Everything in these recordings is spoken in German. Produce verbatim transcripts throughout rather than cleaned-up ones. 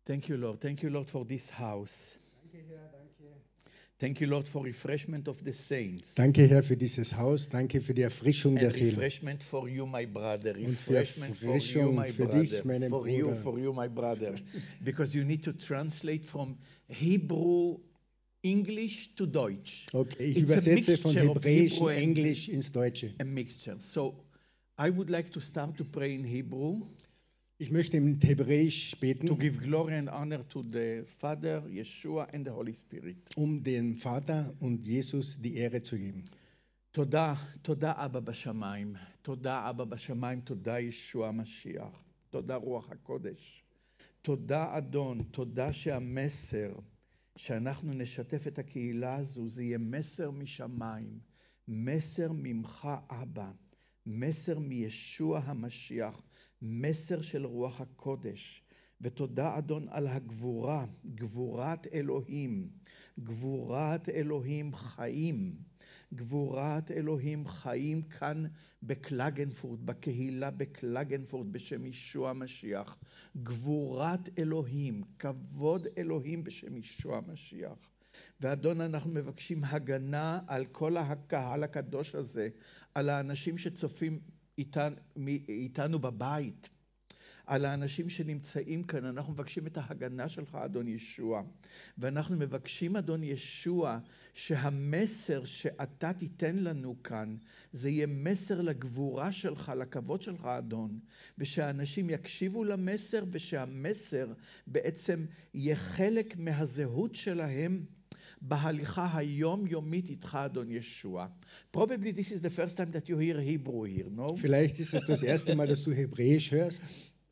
Thank you, Lord. Thank you, Lord, for this house. Danke, Herr, danke. Thank you, Lord, for refreshment of the saints. Danke, Herr, für dieses Haus. Danke für die Erfrischung der And Seelen. refreshment for you, my brother. Und für Refreshment for you, Erfrischung my für brother. dich, meinen For you, Bruder. for you, my brother. Because you need to translate from Hebrew, English to Deutsch. Okay, ich It's a übersetze von mixture of Hebräisch, Hebrew and- Englisch ins Deutsche. A mixture. So I would like to start to pray in Hebrew Ich möchte im Hebräisch to beten, give glory and honor to the Father, Yeshua, and the Holy Spirit. um dem Vater und Jesus die Ehre zu geben. תודה, תודה אבא בשמיים, תודה אבא בשמיים, תודה ישוע המשיח, תודה רוח הקודש, תודה אדון, תודה שהמסר שאנחנו נשתף את הקהילה הזו, זה יהיה מסר משמיים, מסר ממך אבא, מסר מישוע המשיח, מסר של רוח הקודש, ותודה אדון על הגבורה, גבורת אלוהים, גבורת אלוהים חיים, גבורת אלוהים חיים כאן בקלגנפורט, בקהילה בקלגנפורט בשם ישוע המשיח. גבורת אלוהים, כבוד אלוהים בשם ישוע המשיח. ואדון, אנחנו מבקשים הגנה על כל הקהל הקדוש הזה, על האנשים שצופים איתנו, איתנו בבית, על האנשים שנמצאים כאן. אנחנו מבקשים את ההגנה שלך, אדון ישוע. ואנחנו מבקשים, אדון ישוע, שהמסר שאתה תיתן לנו כאן, זה יהיה מסר לגבורה שלך, לכבוד שלך, אדון. ושהאנשים יקשיבו למסר, ושהמסר בעצם יהיה חלק מהזהות שלהם, בהליכה היומיומית איתך, אדון ישוע. Probably this is the first time that you hear Hebrew here, no? Vielleicht ist es das erste Mal, dass du Hebräisch hörst,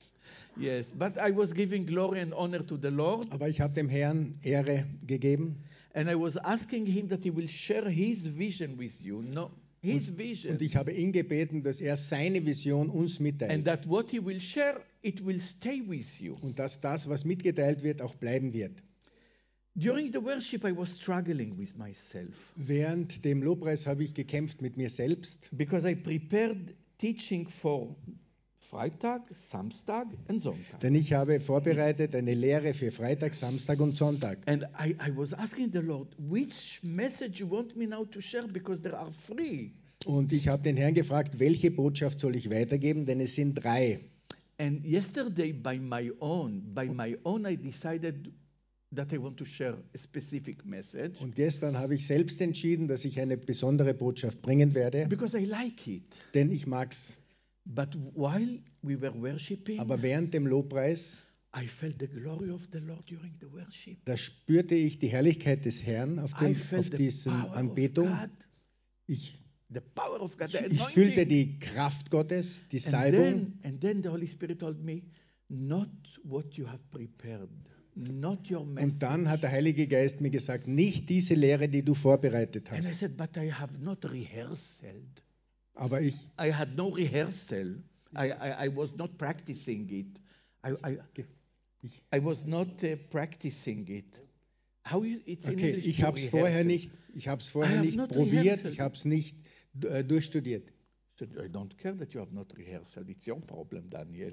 Yes, but I was giving glory and honor to the Lord, aber ich habe dem Herrn Ehre gegeben and I was asking him that he will share his vision with you, no, his vision, und ich habe ihn gebeten, dass er seine Vision uns and mitteilt that what he will share, it will stay with you. und dass das, was mitgeteilt wird, auch bleiben wird. During the worship, I was struggling with myself Während dem Lobpreis habe ich gekämpft mit mir selbst, because I prepared teaching for Freitag, Samstag, and Sonntag. denn ich habe vorbereitet eine Lehre für Freitag, Samstag und Sonntag. And I, I was asking the Lord, which message you want me now to share, because there are three. Und ich habe den Herrn gefragt, welche Botschaft soll ich weitergeben, denn es sind drei. And yesterday, by my own, by my own, I decided that I want to share a specific message Und gestern habe ich selbst entschieden, dass ich eine besondere Botschaft bringen werde, because I like it. denn ich mag's. But while we were worshiping, Aber während dem Lobpreis, I felt the glory of the Lord during the worship. da spürte ich die Herrlichkeit des Herrn auf, I dem, felt auf the diesen power Anbetung. of God, Ich, the power of God, the ich fühlte anointing. die Kraft Gottes, die And Salbung. then, and then the Holy Spirit told me, not what you have prepared, not your message. Und dann hat der Heilige Geist mir gesagt, nicht diese Lehre, die du vorbereitet And I hast. said, but I have not rehearsed. Aber ich, I had no rehearsal. I, I, I was not practicing it. I, I, ich, I was not uh, practicing it. How you, it's in okay, English ich to habe es vorher rehearsal. nicht, ich habe es I vorher have nicht not probiert, rehearsed. ich habe es nicht äh, durchstudiert. So I don't care that you have not rehearsed. It's your problem, Daniel.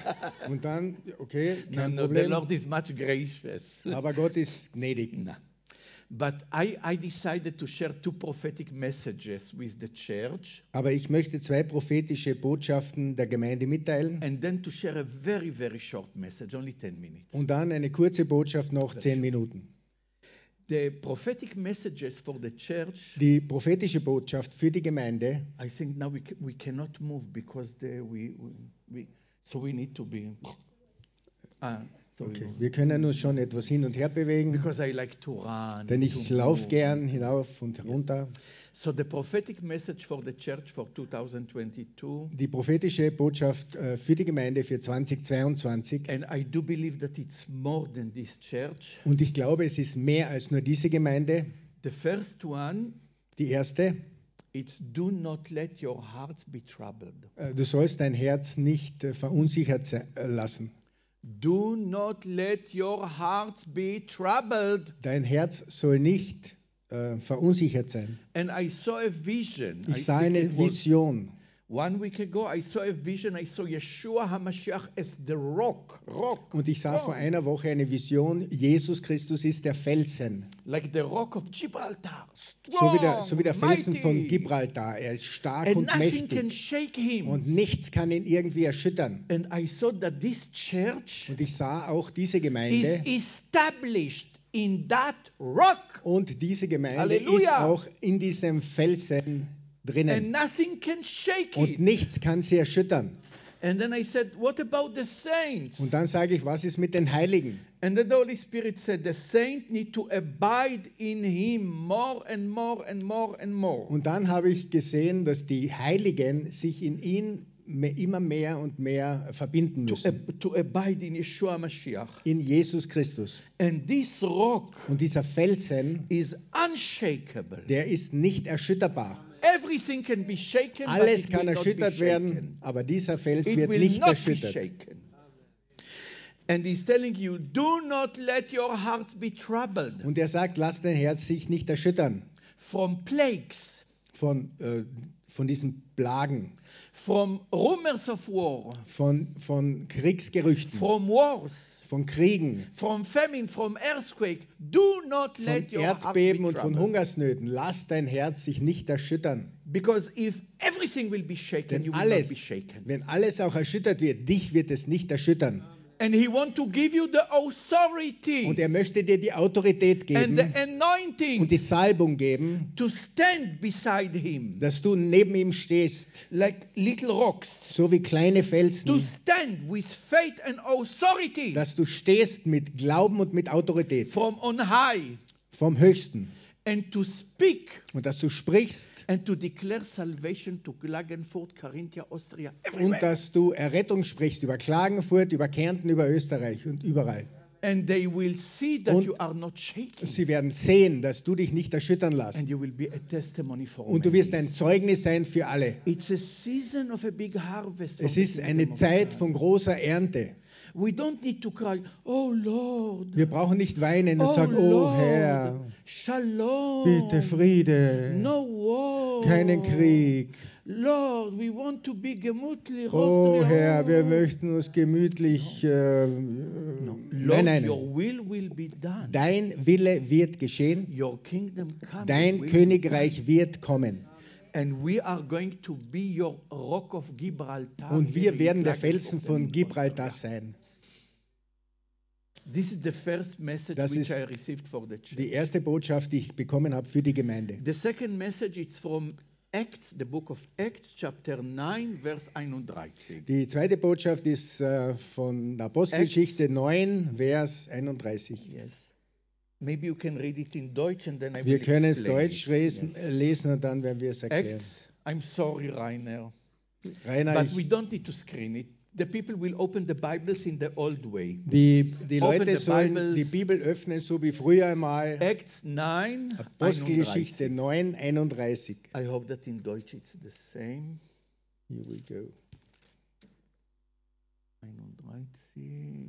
Und dann, okay, no, kein no, the Problem, Lord is much gracious. aber Gott ist gnädig. No. But I, I decided to share two prophetic messages with the church Aber ich möchte zwei prophetische Botschaften der Gemeinde mitteilen and then to share a very, very short message, only ten minutes. und dann eine kurze Botschaft noch zehn Minuten. The prophetic messages for the church, Die prophetische Botschaft für die Gemeinde, I think now we, ca- we cannot move because the, we, we, we, so we need to be, ah, so okay, we- wir können uns schon etwas hin und her bewegen, because I like to run. denn to ich laufe move. gern hinauf und herunter. So the prophetic message for the church for two thousand twenty-two, Die prophetische Botschaft äh, für die Gemeinde für zweitausendzweiundzwanzig. and I do believe that it's more than this church. Und ich glaube, es ist mehr als nur diese Gemeinde. The first one, Die erste, it's do not let your hearts be troubled. äh, du sollst dein Herz nicht äh, verunsichert se- äh, lassen. Do not let your hearts be troubled. Dein Herz soll nicht äh, verunsichert sein. And I saw a vision. I Ich sah think eine it was Vision. One week ago, I saw a vision. I saw Yeshua HaMashiach as the rock. Rock. Und ich sah rock. vor einer Woche eine Vision, Jesus Christus ist der Felsen. Like the rock of Gibraltar. So Strong, wie der, so wie der Felsen von mighty. Gibraltar. Er ist stark And und nothing can mächtig. shake him. Und nichts kann ihn irgendwie erschüttern. And I saw that this church Und ich sah auch diese is Gemeinde. established in that rock. Und diese Gemeinde Halleluja. ist auch in diesem Felsen And drinnen. nothing can shake Und it. nichts kann sie erschüttern. And then I said, what about the saints? Und dann sage ich, was ist mit den Heiligen? And then the Holy Spirit said, the saint need to abide in him more and more and more and more. Und dann habe ich gesehen, dass die Heiligen sich in ihn me- immer mehr und mehr verbinden To, müssen. ab- to abide in Yeshua Mashiach. In Jesus Christus. And this rock Und dieser Felsen, is unshakable. der ist nicht erschütterbar. Everything can be shaken, Alles but it kann will not be erschüttert werden, shaken. aber dieser Fels It wird will nicht not be erschüttert. shaken. And he's telling you, do not let your hearts be troubled Und er sagt, lass dein Herz sich nicht erschüttern from plagues, von, äh, von diesen Plagen, from rumors of war, von, von Kriegsgerüchten, from wars, von Kriegen, from famine, from earthquake. Do not von let your heart be Erdbeben und von troubled. Hungersnöten. Lass dein Herz sich nicht erschüttern. Because if everything will be shaken, you Denn will not be alles, shaken. wenn alles auch erschüttert wird, dich wird es nicht erschüttern. And he want to give you the authority Und er möchte dir die Autorität and the geben anointing und die Salbung geben, to stand beside him dass du neben ihm stehst, like little rocks. so wie kleine To Felsen, stand with faith and authority dass du stehst mit Glauben und mit Autorität from on high vom Höchsten and to speak und dass du sprichst and to declare salvation to Klagenfurt, Carinthia, Austria, und everywhere. dass du Errettung sprichst über Klagenfurt, über Kärnten, über Österreich und überall. And they will see that Und you are not shaking. Sie werden sehen, dass du dich nicht erschüttern lässt. And you will be a testimony for Und du many. wirst ein Zeugnis sein für alle. It's a season of a big harvest. for Es the ist kingdom eine of Zeit God. von großer Ernte. We don't need to cry, oh Lord, Wir brauchen nicht weinen und oh sagen, oh Lord, Herr, Shalom, bitte Friede, no war, keinen Krieg. Lord, we want to be gemütlich. Oh Austria, Herr, wir oh. möchten uns gemütlich... Äh, No. nein, Lord, nein, your nein. will will be done. Dein Wille wird geschehen, Your kingdom come. dein your will be Königreich wird kommen. done. And we are going to be your rock of Gibraltar. Und here wir in werden der Klagenfurt Felsen and von in Gibraltar Austria. sein. This is the first message Das which ist I received for the church. Die erste Botschaft, die ich bekommen habe für die Gemeinde. The second message is from Acts, the book of Acts, chapter nine, verse einunddreißig. Die zweite Botschaft ist äh, von der Apostelgeschichte neun, Vers einunddreißig. Yes. Maybe you can read it in Deutsch and then I will Wir können es explain Deutsch it. lesen, Yes. äh, lesen und dann werden wir es erklären. Acts, I'm sorry, Rainer, Rainer, but we ich, don't need to screen it. The people will open the Bibles in the old way. die, die Open Leute the sollen Bibles. die Bibel öffnen, so wie früher einmal. Acts nine, Apostelgeschichte einunddreißig. neun, einunddreißig. I hope that in Deutsch it's the same. Here we go. einunddreißig.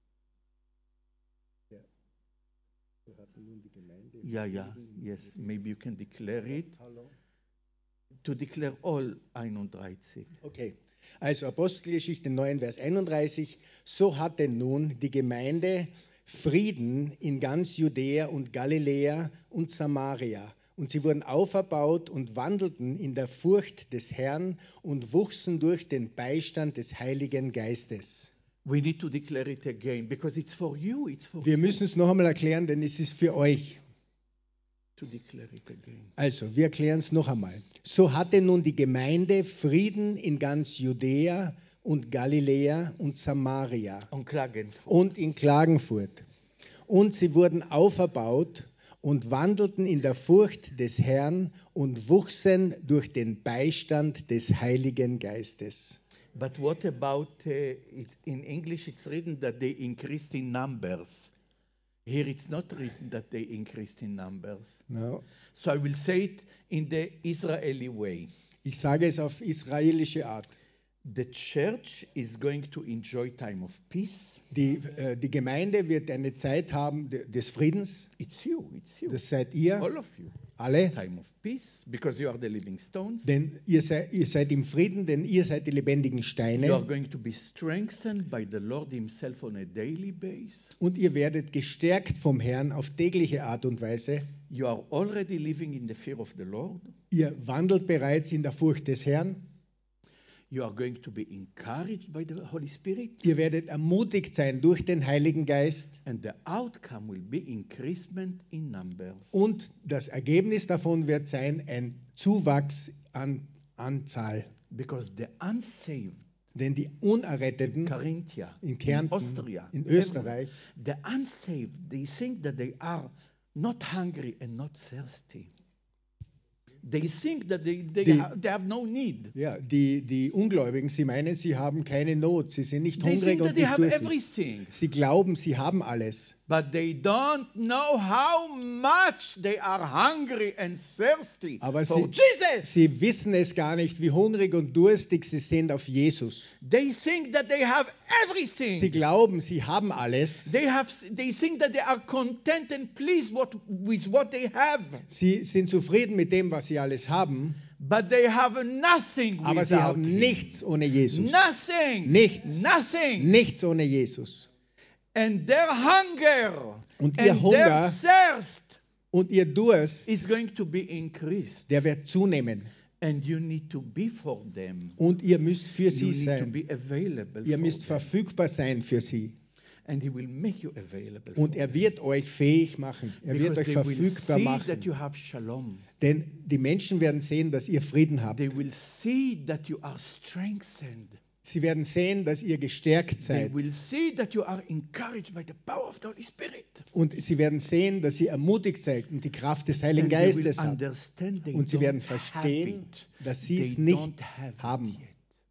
Ja, ja, yes. Maybe you can declare it. To declare all einunddreißig. Okay, also Apostelgeschichte neun, Vers einunddreißig. So hatte nun die Gemeinde Frieden in ganz Judäa und Galiläa und Samaria. Und sie wurden auferbaut und wandelten in der Furcht des Herrn und wuchsen durch den Beistand des Heiligen Geistes. We need to declare it again because it's for you, it's for Wir you müssen es noch einmal erklären, denn es ist für euch. to declare it again. Also, wir erklären es noch einmal. So hatte nun die Gemeinde Frieden in ganz Judäa und Galiläa und Samaria On Klagenfurt. und in Klagenfurt. Und sie wurden auferbaut und wandelten in der Furcht des Herrn und wuchsen durch den Beistand des Heiligen Geistes. But what about, uh, it, in English it's written that they increased in numbers. Here it's not written that they increased in numbers. No. So I will say it in the Israeli way. Ich sage es auf israelische Art. The church is going to enjoy time of peace. Die, äh, die Gemeinde wird eine Zeit haben de- des Friedens. It's you, it's you. Das seid ihr. All of you. alle, time of peace, because you are the living stones. denn ihr seid, ihr seid im Frieden, denn ihr seid die lebendigen You are Steine going to be strengthened by the Lord Himself on a daily basis. und ihr werdet gestärkt vom Herrn auf tägliche Art und Weise. You are already living in the fear of the Lord. Ihr wandelt bereits in der Furcht des Herrn. You are going to be encouraged by the Holy Spirit. Ihr werdet ermutigt sein durch den Heiligen Geist. And the outcome will be increasement in numbers. Und das Ergebnis davon wird sein ein Zuwachs an Anzahl. Because the unsaved, Denn die Unerretteten Carinthia, in in Kärnten, Austria, in Österreich, everywhere, the unsaved, they think that they are not hungry and not thirsty. They think that they, they, Die- ha, they have no need. ja, die, die Ungläubigen, sie meinen, sie haben keine Not, sie sind nicht They hungrig think und that they nicht have durstig. everything. Sie glauben, sie haben alles. But they don't know how much they are hungry and thirsty Aber for sie, Jesus. sie wissen es gar nicht, wie hungrig und durstig sie sind auf Jesus. They think that they have Sie everything. glauben, sie haben alles. They have. They think that they are content and pleased what, with what they have. Sie sind zufrieden mit dem, was sie alles haben, But they have nothing aber sie without haben Him. nichts ohne Jesus. Nothing. Nichts. Nothing. Nichts ohne Jesus. And their hunger Und ihr and Hunger their thirst und ihr Durst, is going to be increased. der wird zunehmen. And you need to be for them. Und ihr müsst für You sie need to sein. be available Ihr for müsst them. verfügbar sein für sie. And He will make you available Und for er them. wird euch fähig machen. Er wird Because euch they will verfügbar see that machen. you have shalom. Denn die Menschen werden sehen, dass ihr Frieden habt. They will see that you are strengthened. Sie werden sehen, dass ihr gestärkt They seid. will see that you are encouraged by the power of the Holy Spirit. Und sie werden sehen, dass ihr ermutigt seid und die Kraft des Heiligen And they will Geistes habt. understand they Und sie werden don't have verstehen, it. dass sie They es nicht don't have it haben. yet.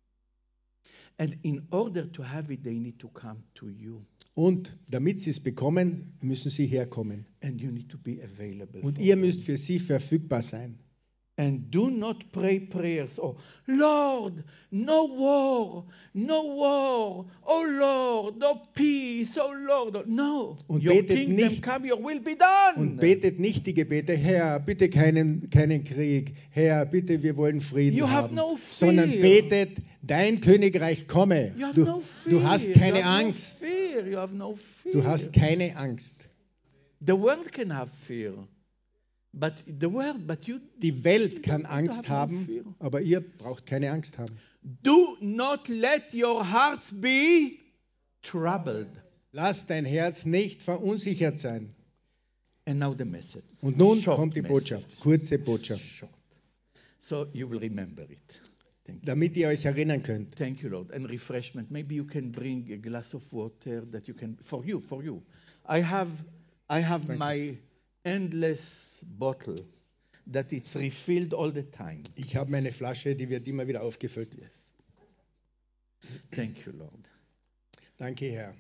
And in order to have it, they need to come to you. Und damit sie es bekommen, müssen sie herkommen. And you need to be available. Und for ihr them. müsst für sie verfügbar sein. And do not pray prayers. Oh, Lord, no war, no war. Oh, Lord, no peace. Oh, Lord, no. Und Your betet kingdom nicht- come, your will be done. Und betet nicht die Gebete, Herr, bitte keinen, keinen Krieg. Herr, bitte, wir wollen Frieden You have haben. no fear. Sondern betet, dein Königreich komme. You have Du, no fear. du hast You keine have no Angst. fear. You have no fear. Du hast keine Angst. The world can have fear. But the world, but you Die Welt kann You don't Angst have no haben, fear. aber ihr braucht keine Angst haben. do not let your hearts be troubled. Lass dein Herz nicht verunsichert sein. And now the message. Und nun Short kommt die message. Botschaft, kurze Botschaft, Short. So you will remember it. Thank you. damit ihr euch erinnern könnt. Thank you, Lord. And refreshment. Maybe you can bring a glass of water that you can for you, for you. I have I have Thank my endless bottle that it's refilled all the time. Ich habe meine Flasche, die wird immer wieder aufgefüllt. Yes. Thank you, Lord. Danke, Herr.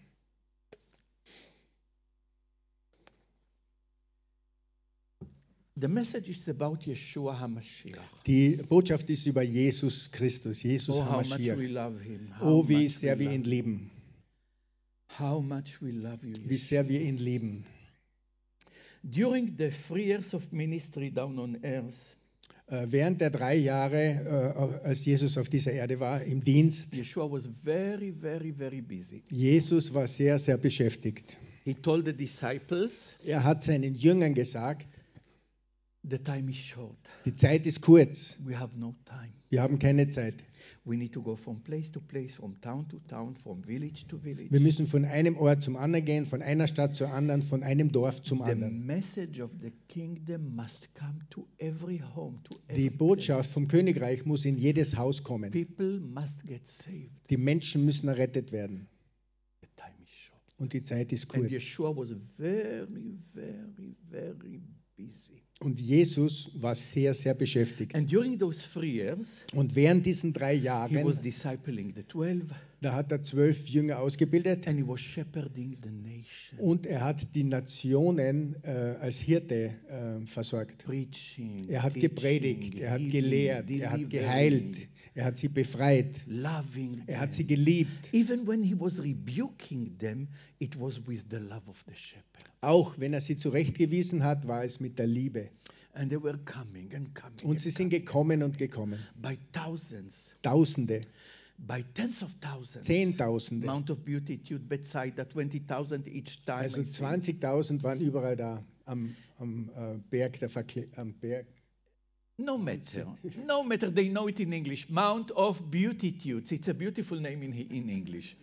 The message is about Yeshua HaMashiach. Die Botschaft ist über Jesus Christus, Jesus Oh, how much Hamashiach. we love him. How Oh, wie much sehr we wir ihn love lieben. him. How much we love you. Wie sehr wir ihn lieben. During the three years of ministry down on earth, Äh, Während der drei Jahre, äh, als Jesus auf dieser Erde war, im Dienst, Yeshua was very, very, very busy. Jesus war sehr, sehr beschäftigt. He told the disciples, Er hat seinen Jüngern gesagt, the time is short. die Zeit ist kurz, We have no time. wir haben keine Zeit. We need to go from place to place, from town to town, from village to village. Wir müssen von einem Ort zum anderen gehen, von einer Stadt zur anderen, von einem Dorf zum The anderen. message of the kingdom must come to every home, to Die every Botschaft vom Königreich muss in jedes Haus kommen. place. People must get saved. Die Menschen müssen errettet werden. The time is short. Und die Zeit ist And kurz. Yeshua was very, very, very busy. Und Jesus war sehr, sehr beschäftigt. And during those three years, Und während diesen drei he was Jahren, discipling the twelve, da hat er zwölf Jünger ausgebildet and he was shepherding the nation, und er hat die Nationen äh, als Hirte äh, versorgt. preaching, Er hat teaching, gepredigt, er hat healing, gelehrt, er hat delivering, geheilt, er hat sie befreit, loving er hat them. sie geliebt. Even when he was rebuking them, it was with the love of the shepherd. Auch wenn er sie zurechtgewiesen hat, war es mit der Liebe. And they were coming and coming. Und sie and sind coming. gekommen und gekommen. By thousands, Tausende, by tens of thousands. Zehntausende. Mount of Beatitude, Bethsaida, twenty thousand each time. Also I think. zwanzigtausend waren überall da am, am äh, Berg der Verkle am Berg. No matter. No matter. They know it in English. Mount of Beatitudes. It's a beautiful name in, in English.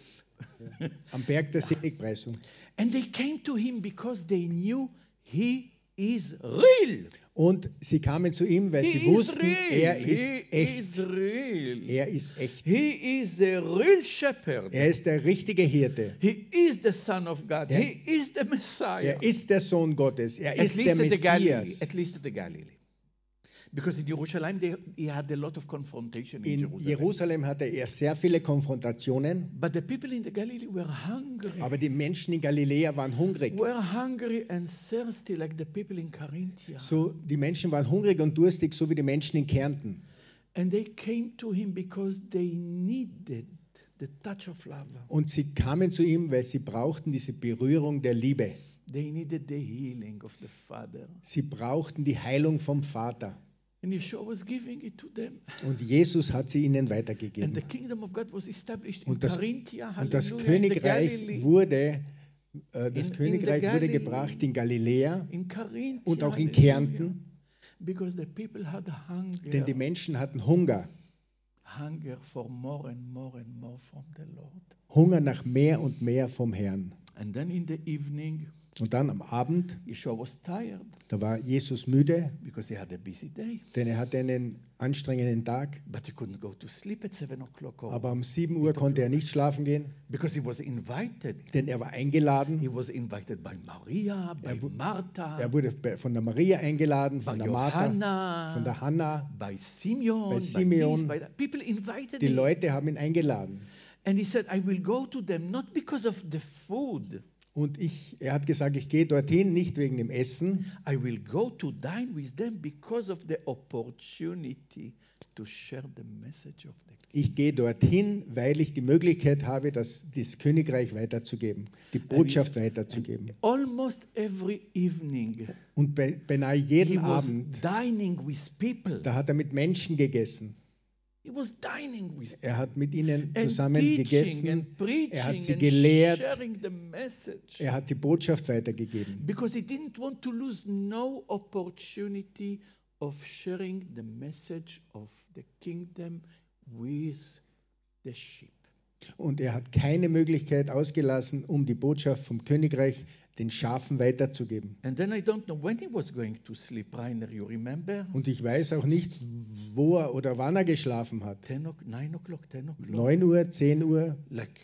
Am Berg der Seligpreisung. And they came to him because they knew he is real. Und sie kamen zu ihm, weil He sie is wussten, real. er ist He echt. is real. Er ist echt. He is a real shepherd. Er ist der richtige Hirte. He is the Son of God. Er- He is the Messiah. Er ist der Sohn Gottes. Er At ist least der at the Galilee. Messias. At least at the Galilee. Because in Jerusalem, they, he had a lot of confrontation in, In Jerusalem. Jerusalem hatte er sehr viele Konfrontationen, But the people in the Galilee were hungry. aber die Menschen in Galiläa waren hungrig. Were hungry and thirsty like the people in Carinthia. So, die Menschen waren hungrig und durstig, so wie die Menschen in Kärnten. And they came to him because they needed the touch of love. Und sie kamen zu ihm, weil sie brauchten diese Berührung der Liebe. They needed the healing of the Father. Sie brauchten die Heilung vom Vater. And Yeshua was giving it to them. Und Jesus hat sie ihnen And the weitergegeben. kingdom of God was established in Und das, Carinthia, und das hallelujah, in the Königreich Galilee. wurde, äh, das In- in Königreich the wurde Galilee. gebracht in Galiläa In Carinthia, und auch in hallelujah. Kärnten, Because the people had hunger. denn die Menschen hatten Hunger. Hunger for more and more and more from the Lord. Hunger nach mehr und mehr vom Herrn. And then in the evening, Und dann am Abend, Yeshua was tired da war Jesus müde, because he had a busy day. denn er hatte einen anstrengenden Tag. But he couldn't go to sleep at seven o'clock. Or, Aber um sieben Uhr konnte er nicht schlafen gehen, because he was invited. denn er war eingeladen. He was invited by Maria, by Er wu- Martha, Er wurde bei- von der Maria eingeladen, von by der Martha, Johanna, von der Hanna. by Simeon, Bei by Simeon. this, by that. People invited Die him. Leute haben ihn eingeladen. And he said, I will go to them, not because of the food. Und ich, er hat gesagt, ich gehe dorthin, nicht wegen dem Essen, I will go to dine with them because of the opportunity to share the message of the king. ich gehe dorthin, weil ich die Möglichkeit habe, das, das Königreich weiterzugeben, die Botschaft weiterzugeben. Almost every evening, Und bei, beinahe he jeden was Abend, dining with people. da hat er mit Menschen gegessen. He was dining with Er hat mit ihnen and zusammen teaching gegessen. and preaching Er hat sie and gelehrt. sharing the message. Er hat die Botschaft weitergegeben. Because he didn't want to lose no opportunity of sharing the message of the kingdom with the sheep. Und er hat keine Möglichkeit ausgelassen, um die Botschaft vom Königreich den Schafen weiterzugeben. And then I don't know when he was going to sleep, Rainer, you remember? Und ich weiß auch nicht, wo er oder wann er geschlafen hat. ten o'clock, nine o'clock, ten o'clock. neun Uhr, zehn Uhr. Like,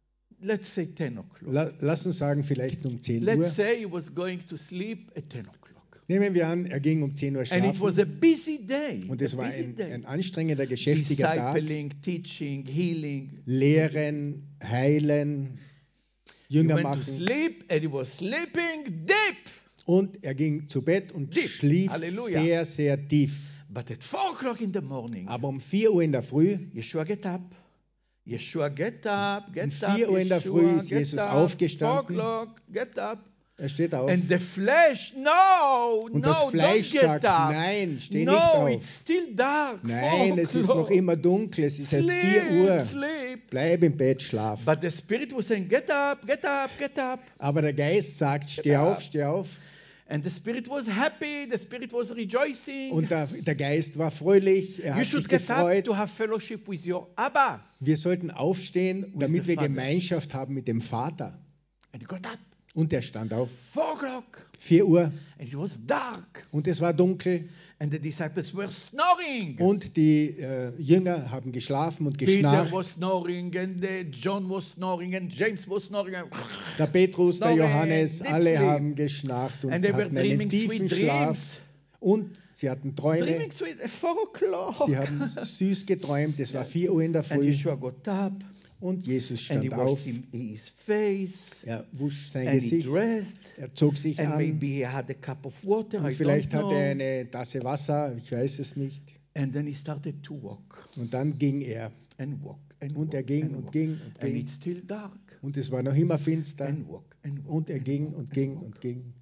let's say ten o'clock. La, lass uns sagen, vielleicht um zehn Uhr. Let's say he was going to sleep at ten o'clock. Nehmen wir an, er ging um zehn Uhr And it was a schlafen. busy day. Und a es war busy ein, day. ein anstrengender, geschäftiger Tag. Discipling, teaching, healing. Lehren, heilen, He Jünger went to machen. sleep and he was sleeping deep. Und er ging zu Bett und Deep. schlief Halleluja. sehr, sehr tief. But at four o'clock in the morning, Aber um vier Uhr in der Früh, Yeshua get up. Yeshua get up, get Um up. vier Uhr in der Yeshua, Früh ist get Jesus up. aufgestanden. Four o'clock, get up. er steht auf. And the flesh, no, Und no, das Fleisch don't get sagt, up. nein, steh no, nicht it's auf. still dark. Nein, Four es ist o'clock. noch immer dunkel, es ist erst Sleep, vier Uhr. sleep. Bleib im Bett, schlaf. But the Spirit was saying, get up, get up, get up. Aber der Geist sagt, steh Get up. auf, steh auf. And the Spirit was happy, the Spirit was rejoicing. Und der, der Geist war fröhlich, er You hat sich should get up gefreut. to have fellowship with your Abba. Wir sollten aufstehen, damit the wir Father. Gemeinschaft haben mit dem Vater. And he got up. Und er stand auf. Four o'clock. vier Uhr And it was dark. und es war dunkel. And the disciples were snoring. Und die äh, Jünger haben geschlafen und Peter geschnarcht. was snoring, and uh, John was snoring, and James was snoring. And Der Petrus, der Snoring, Johannes, deep alle sleep. haben geschnarcht und And they were hatten einen dreaming tiefen sweet Schlaf. dreams. Und sie hatten Träume. Dreaming sweet at four o'clock. Sie haben süß geträumt. Es war vier Uhr in der And Früh. Yeshua got up, Und Jesus and he stand washed auf. him, his face, Er wusch sein and he Gesicht. dressed, Er zog sich and an. maybe he had a cup of water, I Und vielleicht don't know. hatte er eine Tasse Wasser. Ich weiß es nicht. And then he started to walk, Und dann ging er. and walk, and Und walk, er ging and und walk. ging und And ging. it's still dark, Und es war noch immer finster. and walk, and walk. Und er and ging walk, und and ging walk. und ging.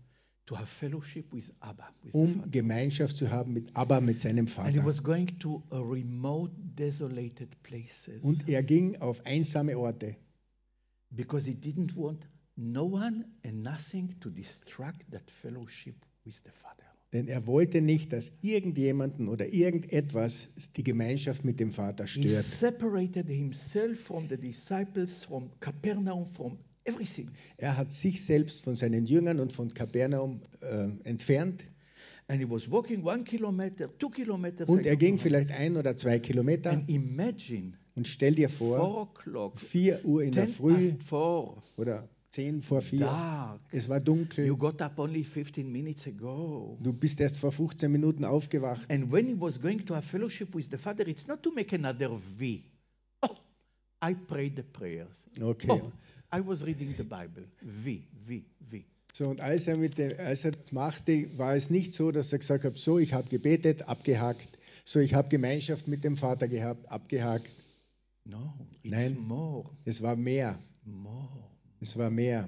to have fellowship with Abba, with the um Father. Gemeinschaft zu haben mit Abba, mit seinem And he Vater. was going to a remote, desolated places Und er ging auf einsame Orte, because he didn't want no one and nothing to distract that fellowship with the Father. denn er wollte nicht, dass irgendjemanden oder irgendetwas die Gemeinschaft mit dem Vater He stört. separated himself from the disciples, from Capernaum, from everything. Er hat sich selbst von seinen Jüngern und von Kapernaum äh, entfernt And he was walking one kilometer, two kilometers. und er ging ago. vielleicht ein oder zwei Kilometer. And imagine, Und stell dir four vor, o'clock, vier Uhr in der ten Früh past four, oder zehn vor vier. dark. Es war You dunkel. got up only fifteen minutes ago. Du bist erst vor fünfzehn Minuten aufgewacht. And when he was going to have fellowship with the Father, it's not to make another V. Oh, I prayed the prayers. Okay. Oh, I was reading the Bible. V, V, V. So, und als er, mit dem, als er das machte, war es nicht so, dass er gesagt hat, so, ich habe gebetet, abgehakt. So, ich habe Gemeinschaft mit dem Vater gehabt, abgehakt. No, it's Nein. more, Es war mehr. more, Es war mehr.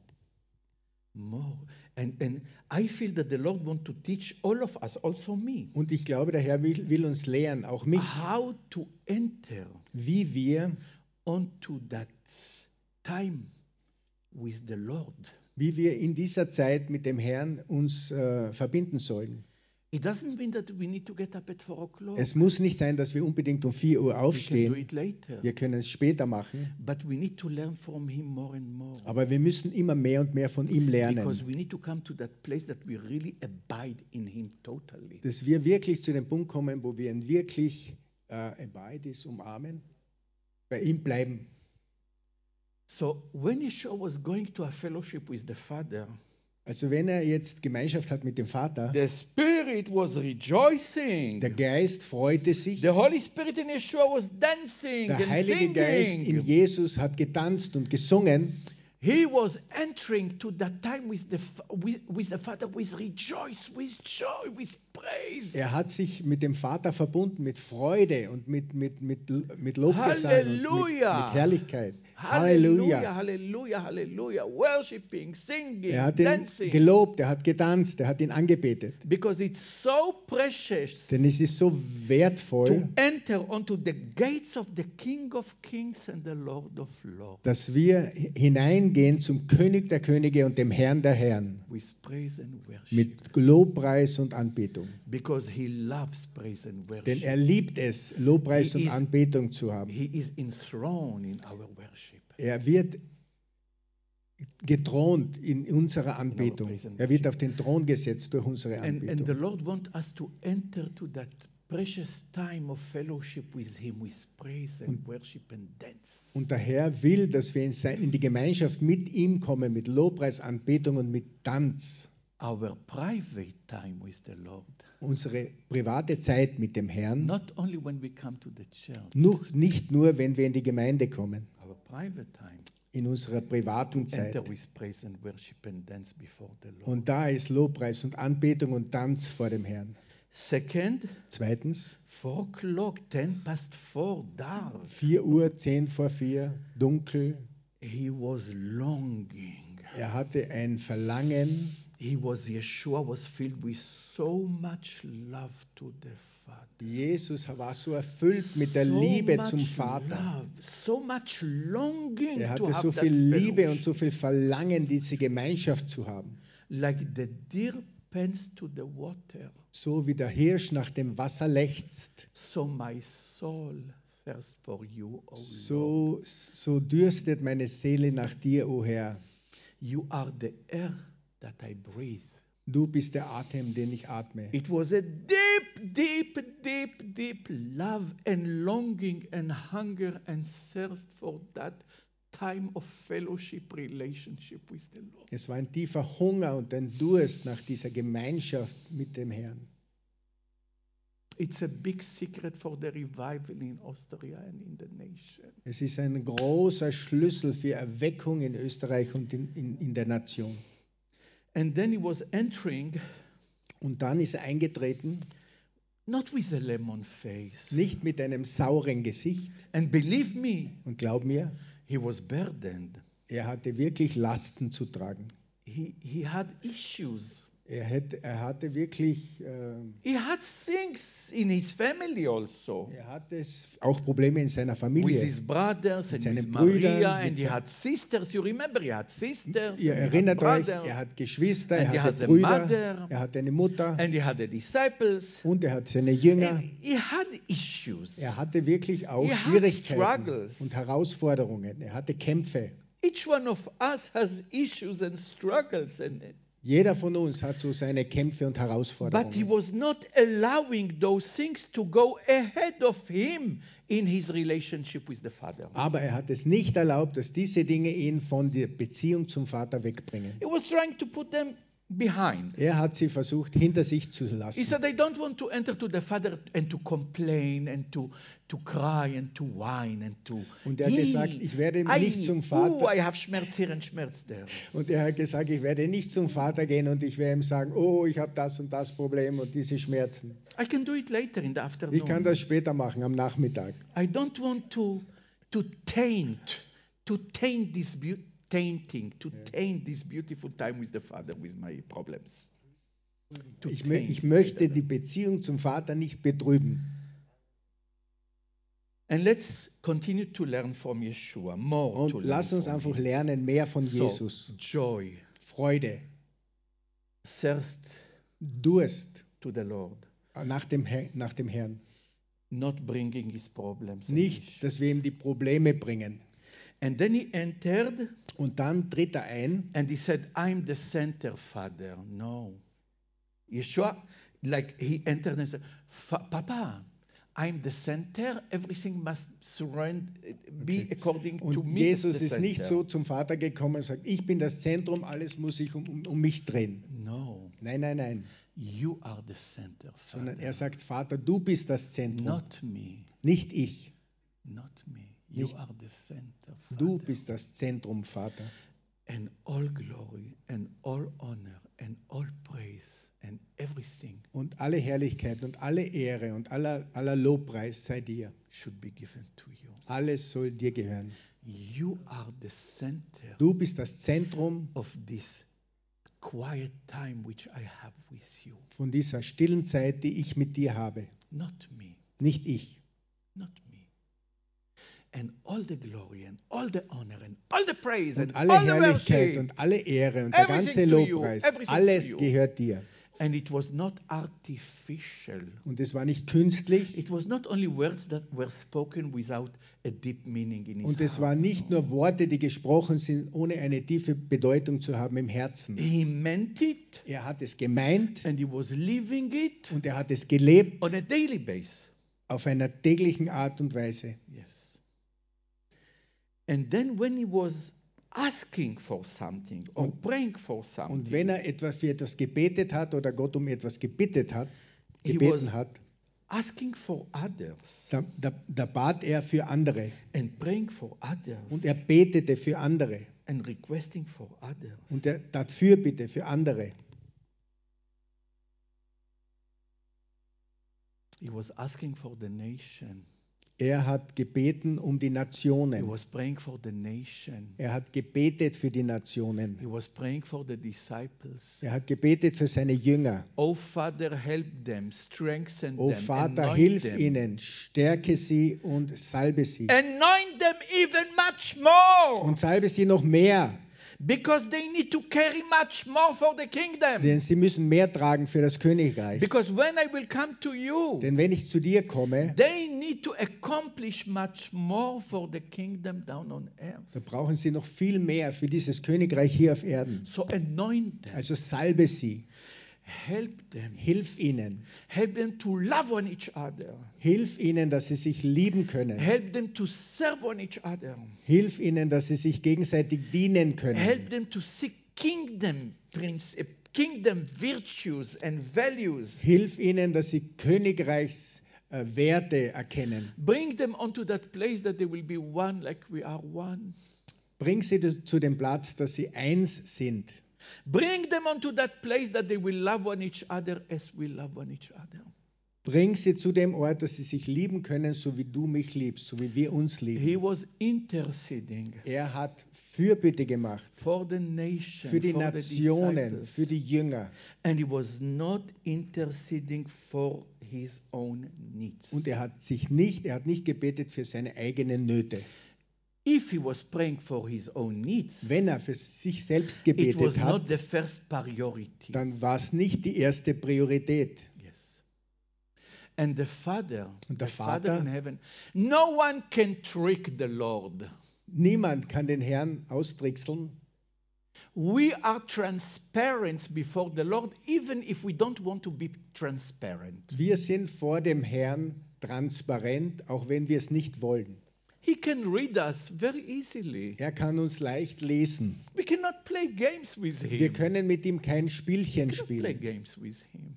more. And, and I feel that the Lord wants to teach all of us, also me, Und ich glaube, der Herr will, will uns lehren, auch mich, how to enter wie wir, onto that time with the Lord. wie wir in dieser Zeit mit dem Herrn uns äh, verbinden sollen. It doesn't mean that we need to get up at four o'clock. Es muss nicht sein, dass wir unbedingt um vier Uhr We can do aufstehen. it later. Wir können es später machen. But we need to learn from him more and more. Aber wir müssen immer mehr und mehr von ihm Because lernen. we need to come to that place that we really abide in him totally. Dass wir wirklich zu dem Punkt kommen, wo wir ihn wirklich äh, abide ist, umarmen, bei ihm bleiben. So when Yeshua was going to have fellowship with the Father, Also wenn er jetzt Gemeinschaft hat mit dem Vater, the Spirit was rejoicing. der Geist freute sich, The Holy Spirit in Yeshua was dancing der and Heilige Geist in singing. Jesus hat getanzt und gesungen. He was entering to that time with the, Fa- with, with the Father with rejoice, with joy, with praise. Er hat sich mit dem Vater verbunden, mit Freude und mit, mit, mit, mit Lobgesang und mit, Halleluja. mit Herrlichkeit. Hallelujah, Halleluja. hallelujah, hallelujah. Worshiping, singing, Er hat ihn dancing. gelobt, er hat getanzt, er hat ihn angebetet. Because it's so precious Denn es ist so to wertvoll, enter onto the gates of the King of Kings and the Lord of Lords dass wir hineingehen zum König der Könige und dem Herrn der Herren with praise and worship. mit Lobpreis und Anbetung. Because he loves praise and Denn er worship. liebt es, Lobpreis He und is- Anbetung zu haben. He is enthroned in our worship. Er wird gethront in unserer Anbetung. praise and Er wird auf den Thron gesetzt durch unsere And, and the Anbetung. Lord wants us to enter to that precious time of fellowship with him with praise and worship and dance. Und der Herr will, dass wir in, sein, in die Gemeinschaft mit ihm kommen, mit Lobpreis, Anbetung und mit Tanz. Our private time with the Lord. Unsere private Zeit mit dem Herrn, Not only when we come to the church. nur, nicht nur, wenn wir in die Gemeinde kommen, Our private time. in unserer privaten Zeit. Enter with praise and worship and dance before the Lord. Und da ist Lobpreis und Anbetung und Tanz vor dem Herrn. Second, Zweitens, four o'clock, ten past four, dark. vier Uhr, zehn vor vier, dunkel. He was longing. Er hatte ein Verlangen. He was, Yeshua was filled with so much love to the Father. Jesus war so erfüllt mit der So Liebe much zum Vater. love, so much longing Er to hatte have so that viel Liebe fellowship. und so viel Verlangen, diese Gemeinschaft zu haben. Like the deer pants to the water, So wie der Hirsch nach dem Wasser lechzt, so my soul thirsts for you, O Lord. so, so dürstet meine Seele nach dir, o Herr. You are the air that I breathe. Du bist der Atem, den ich atme. It was a deep, deep, deep, deep love and longing and hunger and thirst for that time of fellowship relationship with the Lord. Es war ein tiefer Hunger und ein Durst nach dieser Gemeinschaft mit dem Herrn. It's a big secret for the revival in Austria and in the nation. Es ist ein großer Schlüssel für Erweckung in Österreich und in, in, in der Nation. And then he was entering Und dann ist er eingetreten, not with a lemon face. nicht mit einem sauren Gesicht. And believe me, Und glaub mir, he was burdened. er hatte wirklich Lasten zu tragen. he, he had issues. Er, hätte, er hatte wirklich, äh, He had things in his family also. er hatte es auch Probleme in seiner With Familie. his brothers Mit and with seinen Brüdern, Maria, mit and he sein- had sisters. You remember, he had sisters. Ihr and he had erinnert euch, brothers, er hat Geschwister, And he er has hatte a Brüder, mother. er hatte eine Mutter and he had the disciples. und er hat seine Jünger. And he had issues. Er hatte wirklich auch He had Schwierigkeiten struggles. und Herausforderungen. Er hatte Kämpfe. Each one of us has issues and struggles, and Jeder von uns hat so seine Kämpfe und but he Herausforderungen. was not allowing those things to go ahead of him in his relationship with the Father. Aber er hat es nicht erlaubt, dass diese Dinge ihn von der Beziehung zum Vater wegbringen. He was trying to put them behind. Er hat sie versucht, hinter sich zu He lassen. said, I don't want to enter to the Father and to complain and to, to cry and to whine and to. Und er hat gesagt, ich werde nicht zum Oh, Vater. I have Schmerz here and Schmerz there. Und er hat gesagt, ich werde nicht zum Vater gehen und ich werde ihm sagen, oh, ich habe das und das Problem und diese Schmerzen. I can do it later in the afternoon. Ich kann das später machen, am Nachmittag. I don't want to, to taint, to taint this beauty. Tainting, to taint this beautiful time with the Father, with my problems. To Ich, mö- taint ich möchte it. die Beziehung zum Vater nicht betrüben. And let's continue to learn from Yeshua, more to Und learn lass uns from einfach him. lernen mehr von So, Jesus. joy, Freude, thirst Durst to the Lord, nach dem, Herr, nach dem Herrn. not bringing his problems. and Nicht, issues. dass wir ihm die Probleme bringen. And then he entered Und dann tritt er ein and he said, I'm the center, Father. No. Yeshua, like he entered and said, "Fa- Papa, I'm the center. Everything must surround, be according to und me. Jesus as the ist nicht center." so zum Vater gekommen und sagt, ich bin das Zentrum, alles muss sich um, um, um mich drehen. No. Nein, nein, nein. You are the center, Sondern Father. er sagt, Vater, du bist das Zentrum, Not me. nicht ich. Not me. You Nicht- are the center, Father. Du bist das Zentrum, Vater. And all glory and all honor and all praise and everything Und alle Herrlichkeit und alle Ehre und aller, aller Lobpreis sei dir. should be given to you. Alles soll dir gehören. You are the center Du bist das Zentrum of this quiet time which I have with you. von dieser stillen Zeit, die ich mit dir habe. Not me. Nicht ich. Not me. And all the glory and all the honor and all the praise Und and alle all the Herrlichkeit worship. und alle Ehre und der Everything ganze to you, Lobpreis, everything to alles you. gehört dir. And it was not artificial. Und es war nicht künstlich It was not only words that were spoken without a deep meaning in his und es heart. waren nicht nur Worte, die gesprochen sind, ohne eine tiefe Bedeutung zu haben im Herzen. He meant it Er hat es gemeint and he was living it und er hat es gelebt on a daily basis. auf einer täglichen Art und Weise. Yes. And then when he was asking for something or praying for something, Und wenn er etwas für etwas gebetet hat oder Gott um etwas gebeten hat, He gebeten was- hat, asking for others da, da, da bat er für andere and praying for others und er betete für andere and requesting for others, und er tat Fürbitte für andere. he was asking for the nation. Er hat gebeten um die He Nationen. was praying for the nation. Er hat gebetet für die Nationen. He was praying for the disciples. Er hat gebetet für seine Jünger. Oh Father, help them, strengthen O them, Vater, anoint hilf them. ihnen, stärke sie und salbe sie. Anoint them even much more, Und salbe sie noch mehr, because they need to carry much more for the kingdom. denn sie müssen mehr tragen für das Königreich. Because when I will come to you, Denn wenn ich zu dir komme, they need to accomplish much more for the kingdom down on earth. da brauchen sie noch viel mehr für dieses Königreich hier auf Erden. So anoint them, Also salbe sie, help them, hilf ihnen, help them to love on each other, hilf ihnen, dass sie sich lieben können, help them to serve on each other, hilf ihnen, dass sie sich gegenseitig dienen können, help them to seek kingdom prince, uh, kingdom virtues and values. hilf ihnen, dass sie Königreichswerte erkennen. Bring them onto that place that they will be one like we are one. Bring sie zu dem Platz, dass sie eins sind. Bring them onto that place that they will love on each other as we love on each other. Bring sie zu dem Ort, dass sie sich lieben können, so wie du mich liebst, so wie wir uns lieben. He was interceding Er hat Fürbitte gemacht for the nation, für die for the Nationen, disciples. für die Jünger. And he was not interceding for his own needs. Und er hat sich nicht, er hat nicht gebetet für seine eigenen Nöte. If he was praying for his own needs, Wenn er für sich selbst it was gebetet hat, not the first priority. dann war es nicht die erste Priorität. Yes. And the Father, Und der the Father Vater- in heaven, no one can trick the Lord. Niemand kann den Herrn austrickseln. We are transparent before the Lord, even if we don't want to be transparent. Wir sind vor dem Herrn transparent, auch wenn wir es nicht wollen. He can read us very easily. Er kann uns leicht lesen. We cannot play games with him. Wir können mit ihm kein Spielchen We cannot play spielen. games with him.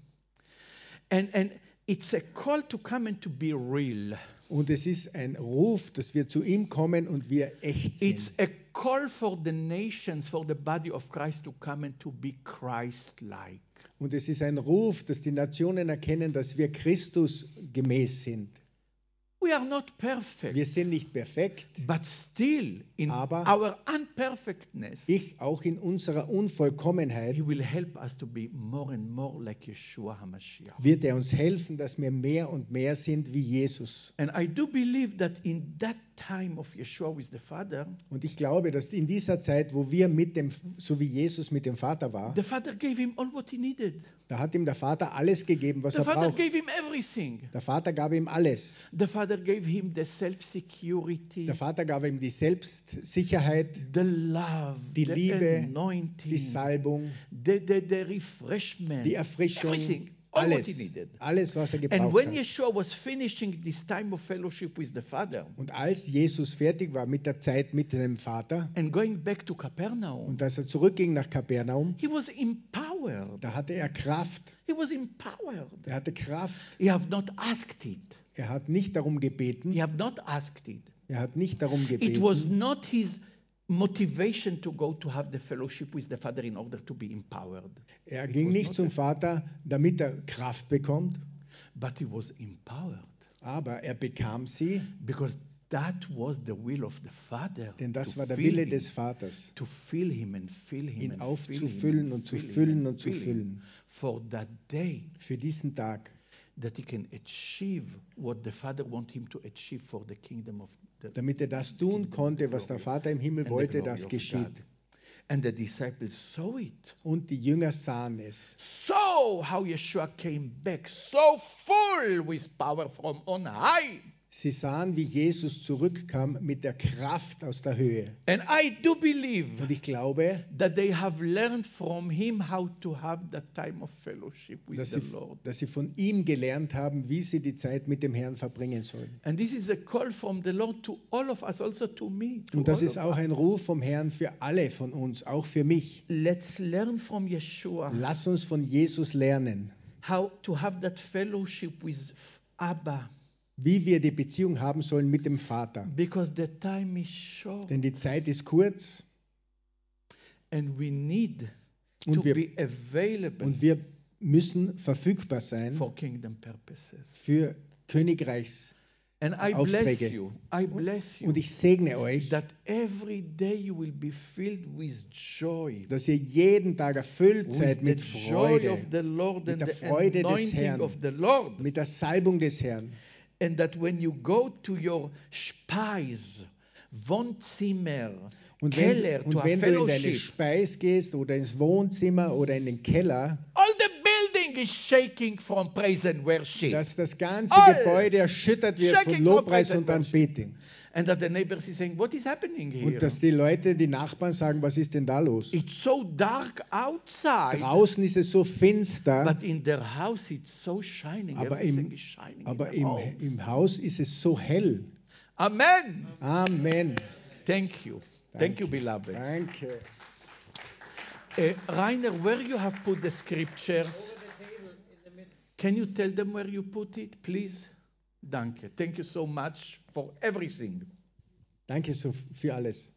And, and it's a call to come and to be real. Und es ist ein Ruf, dass wir zu ihm kommen und wir echt It's sind. a call for the nations, for the body of Christ to come and to be Christ-like. Und es ist ein Ruf, dass die Nationen erkennen, dass wir Christus gemäß sind. We are not perfect, Wir sind nicht perfekt, but still in Aber- our unperfectness, ich auch in unserer Unvollkommenheit He will help us to be more and more like Yeshua HaMashiach. wird er uns helfen, dass wir mehr und mehr sind wie Jesus. And I do believe that in that time of Yeshua with the Father, Und ich glaube, dass in dieser Zeit, wo wir mit dem, so wie Jesus mit dem Vater war, the Father gave him all what he needed. da hat ihm der Vater alles gegeben, was The er Father braucht. gave him everything. Der Vater gab ihm alles. The Father gave him the self-security, Der Vater gab ihm die Selbstsicherheit, the love, die the Liebe, anointing, die Salbung, the, the, the refreshment, die Erfrischung, everything, all what he alles, needed. alles, was er And gebraucht when hat. Yeshua was finishing this time of fellowship with the Father Und als Jesus fertig war mit der Zeit mit dem Vater and going back to Capernaum, und als er zurückging nach Kapernaum, he was empowered. da hatte er Kraft. He was empowered. Er hatte Kraft. He have not asked it. Er hat nicht darum gebeten. He have not asked it. Er hat nicht darum It was gebeten. not his motivation to go to have the fellowship with the Father in order to be empowered. Er It ging was nicht not zum that. Vater, damit er Kraft bekommt, But he was empowered aber er bekam sie, because that was the will of the Father. denn das to war der fill Wille him, des Vaters, to fill him and fill him ihn and aufzufüllen fill him und zu and fill him füllen and und zu fill him füllen. for that day Für diesen Tag, that he can achieve what the Father want him to achieve for the kingdom of the damit er das tun konnte, was der Vater im Himmel and the wollte, glory das of geschieht. God. And the disciples saw it. Und die Jünger sahen es. So how Yeshua came back so full with power from on high. Sie sahen, wie Jesus zurückkam mit der Kraft aus der Höhe. And I do believe Und ich glaube, that they have learned from him how to have that time of fellowship with dass the sie, Lord. dass sie von ihm gelernt haben, wie sie die Zeit mit dem Herrn verbringen sollen. And this is a call from the Lord to all of us, also to me. To Und das all ist of auch us. ein Ruf vom Herrn für alle von uns, auch für mich. Let's learn from Yeshua Lass uns von Jesus lernen, how to have that fellowship with Abba, wie wir die Beziehung haben sollen mit dem Vater. because the time is short Denn die Zeit ist kurz and we need Und to wir- be available und wir müssen verfügbar sein for kingdom purposes. für Königreichs. And I bless Aufträge. you. I bless you Und ich segne euch, that every day you will be filled with joy. dass ihr jeden Tag erfüllt With seid the mit joy Freude, of the Lord mit and der the Freude des anointing Herrn. of the Lord. mit der Salbung des Herrn. And that when you go to your Speis, Wohnzimmer, Und wenn, Keller, to und a wenn du in deine fellowship, Speis gehst oder ins Wohnzimmer oder in den Keller, all the building is shaking from praise and worship. dass das ganze All Gebäude erschüttert wird shaking von from Lobpreis praise und and worship. Anbetung. And that the neighbors is saying, what is happening here? Und dass die Leute, die Nachbarn sagen, was ist denn da los? It's so dark outside, Draußen ist es so finster, but in their house it's so shining. aber Everything im, is shining aber in im, their house. im Haus ist es so hell. Amen. Amen. Thank you. Thank you, beloved. Danke. Uh, Rainer, where you have put the scriptures? Can you tell them where you put it, please? Danke. Thank you so much for everything. Danke so für alles.